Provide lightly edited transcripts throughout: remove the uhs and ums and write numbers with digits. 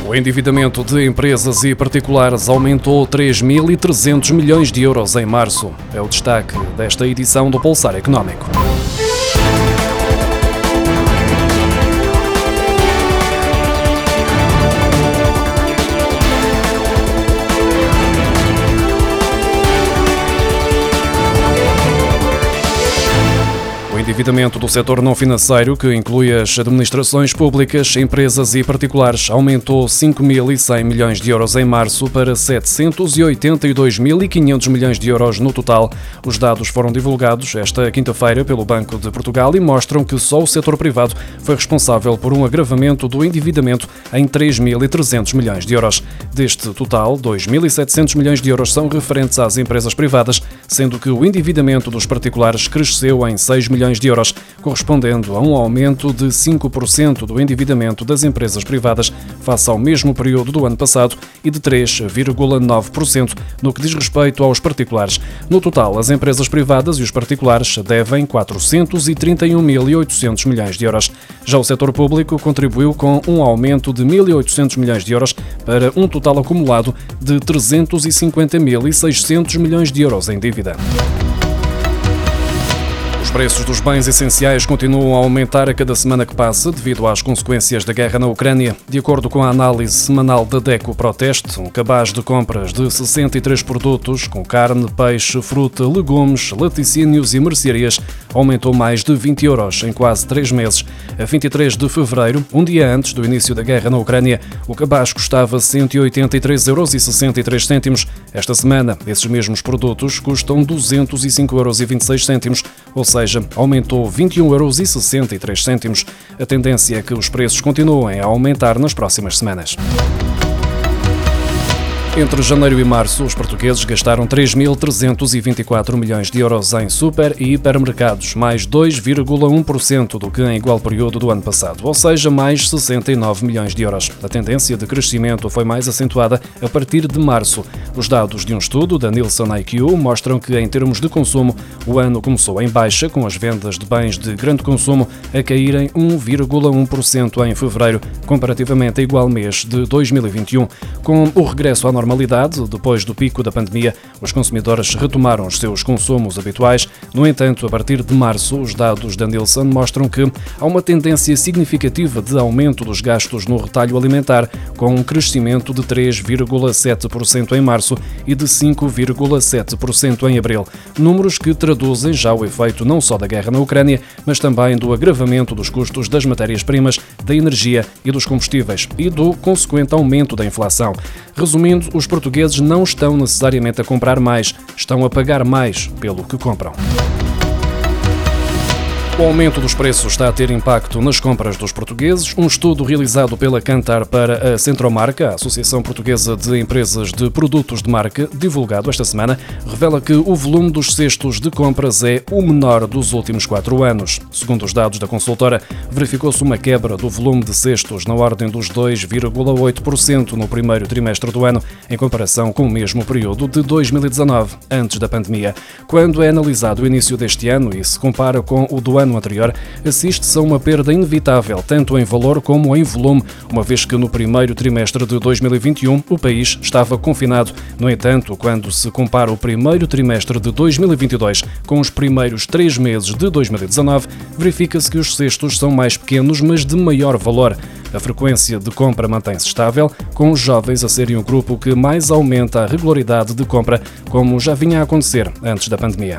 O endividamento de empresas e particulares aumentou 3.300 milhões de euros em março. É o destaque desta edição do Pulsar Económico. O endividamento do setor não financeiro, que inclui as administrações públicas, empresas e particulares, aumentou 5.100 milhões de euros em março para 782.500 milhões de euros no total. Os dados foram divulgados esta quinta-feira pelo Banco de Portugal e mostram que só o setor privado foi responsável por um agravamento do endividamento em 3.300 milhões de euros. Deste total, 2.700 milhões de euros são referentes às empresas privadas, sendo que o endividamento dos particulares cresceu em 6 milhões de euros, correspondendo a um aumento de 5% do endividamento das empresas privadas face ao mesmo período do ano passado e de 3,9% no que diz respeito aos particulares. No total, as empresas privadas e os particulares devem 431.800 milhões de euros. Já o setor público contribuiu com um aumento de 1.800 milhões de euros para um total acumulado de 350.600 milhões de euros em dívida. Os preços dos bens essenciais continuam a aumentar a cada semana que passa devido às consequências da guerra na Ucrânia. De acordo com a análise semanal da DECO Proteste, um cabaz de compras de 63 produtos, com carne, peixe, fruta, legumes, laticínios e mercearias, aumentou mais de 20 euros em quase 3 meses. A 23 de fevereiro, um dia antes do início da guerra na Ucrânia, o cabaz custava 183,63 euros. Esta semana, esses mesmos produtos custam 205,26 euros, ou seja, aumentou 21,63 euros. A tendência é que os preços continuem a aumentar nas próximas semanas. Entre janeiro e março, os portugueses gastaram 3.324 milhões de euros em super e hipermercados, mais 2,1% do que em igual período do ano passado, ou seja, mais 69 milhões de euros. A tendência de crescimento foi mais acentuada a partir de março. Os dados de um estudo da Nielsen IQ mostram que, em termos de consumo, o ano começou em baixa, com as vendas de bens de grande consumo a caírem 1,1% em fevereiro, comparativamente a igual mês de 2021. Com o regresso à normalidade, depois do pico da pandemia, os consumidores retomaram os seus consumos habituais. No entanto, a partir de março, os dados da Nielsen mostram que há uma tendência significativa de aumento dos gastos no retalho alimentar, com um crescimento de 3,7% em março e de 5,7% em abril. Números que traduzem já o efeito não só da guerra na Ucrânia, mas também do agravamento dos custos das matérias-primas, da energia e dos combustíveis e do consequente aumento da inflação. Resumindo, os portugueses não estão necessariamente a comprar mais, estão a pagar mais pelo que compram. O aumento dos preços está a ter impacto nas compras dos portugueses. Um estudo realizado pela Kantar para a Centromarca, a Associação Portuguesa de Empresas de Produtos de Marca, divulgado esta semana, revela que o volume dos cestos de compras é o menor dos últimos 4 anos. Segundo os dados da consultora, verificou-se uma quebra do volume de cestos na ordem dos 2,8% no primeiro trimestre do ano, em comparação com o mesmo período de 2019, antes da pandemia. Quando é analisado o início deste ano e se compara com o do ano anterior, assiste-se a uma perda inevitável, tanto em valor como em volume, uma vez que no primeiro trimestre de 2021 o país estava confinado. No entanto, quando se compara o primeiro trimestre de 2022 com os primeiros 3 meses de 2019, verifica-se que os cestos são mais pequenos, mas de maior valor. A frequência de compra mantém-se estável, com os jovens a serem o grupo que mais aumenta a regularidade de compra, como já vinha a acontecer antes da pandemia.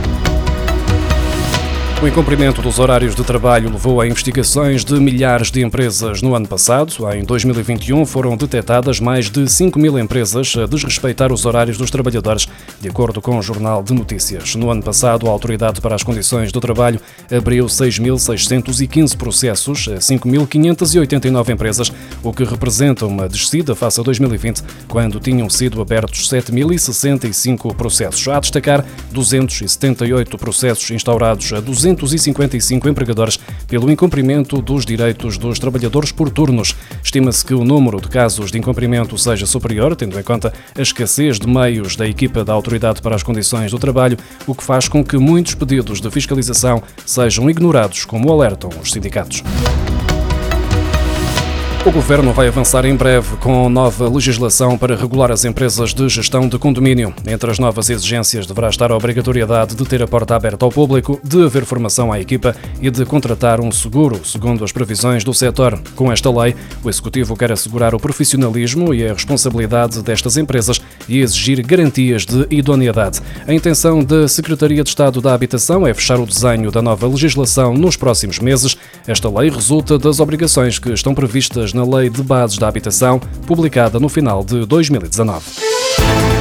O incumprimento dos horários de trabalho levou a investigações de milhares de empresas no ano passado. Em 2021 foram detectadas mais de 5.000 empresas a desrespeitar os horários dos trabalhadores, de acordo com o Jornal de Notícias. No ano passado, a Autoridade para as Condições do Trabalho abriu 6.615 processos a 5.589 empresas, o que representa uma descida face a 2020, quando tinham sido abertos 7.065 processos. A destacar 278 processos instaurados a 255 empregadores pelo incumprimento dos direitos dos trabalhadores por turnos. Estima-se que o número de casos de incumprimento seja superior, tendo em conta a escassez de meios da equipa da Autoridade para as Condições do Trabalho, o que faz com que muitos pedidos de fiscalização sejam ignorados, como alertam os sindicatos. O Governo vai avançar em breve com nova legislação para regular as empresas de gestão de condomínio. Entre as novas exigências deverá estar a obrigatoriedade de ter a porta aberta ao público, de haver formação à equipa e de contratar um seguro, segundo as previsões do setor. Com esta lei, o Executivo quer assegurar o profissionalismo e a responsabilidade destas empresas e exigir garantias de idoneidade. A intenção da Secretaria de Estado da Habitação é fechar o desenho da nova legislação nos próximos meses. Esta lei resulta das obrigações que estão previstas na Lei de Bases da Habitação, publicada no final de 2019.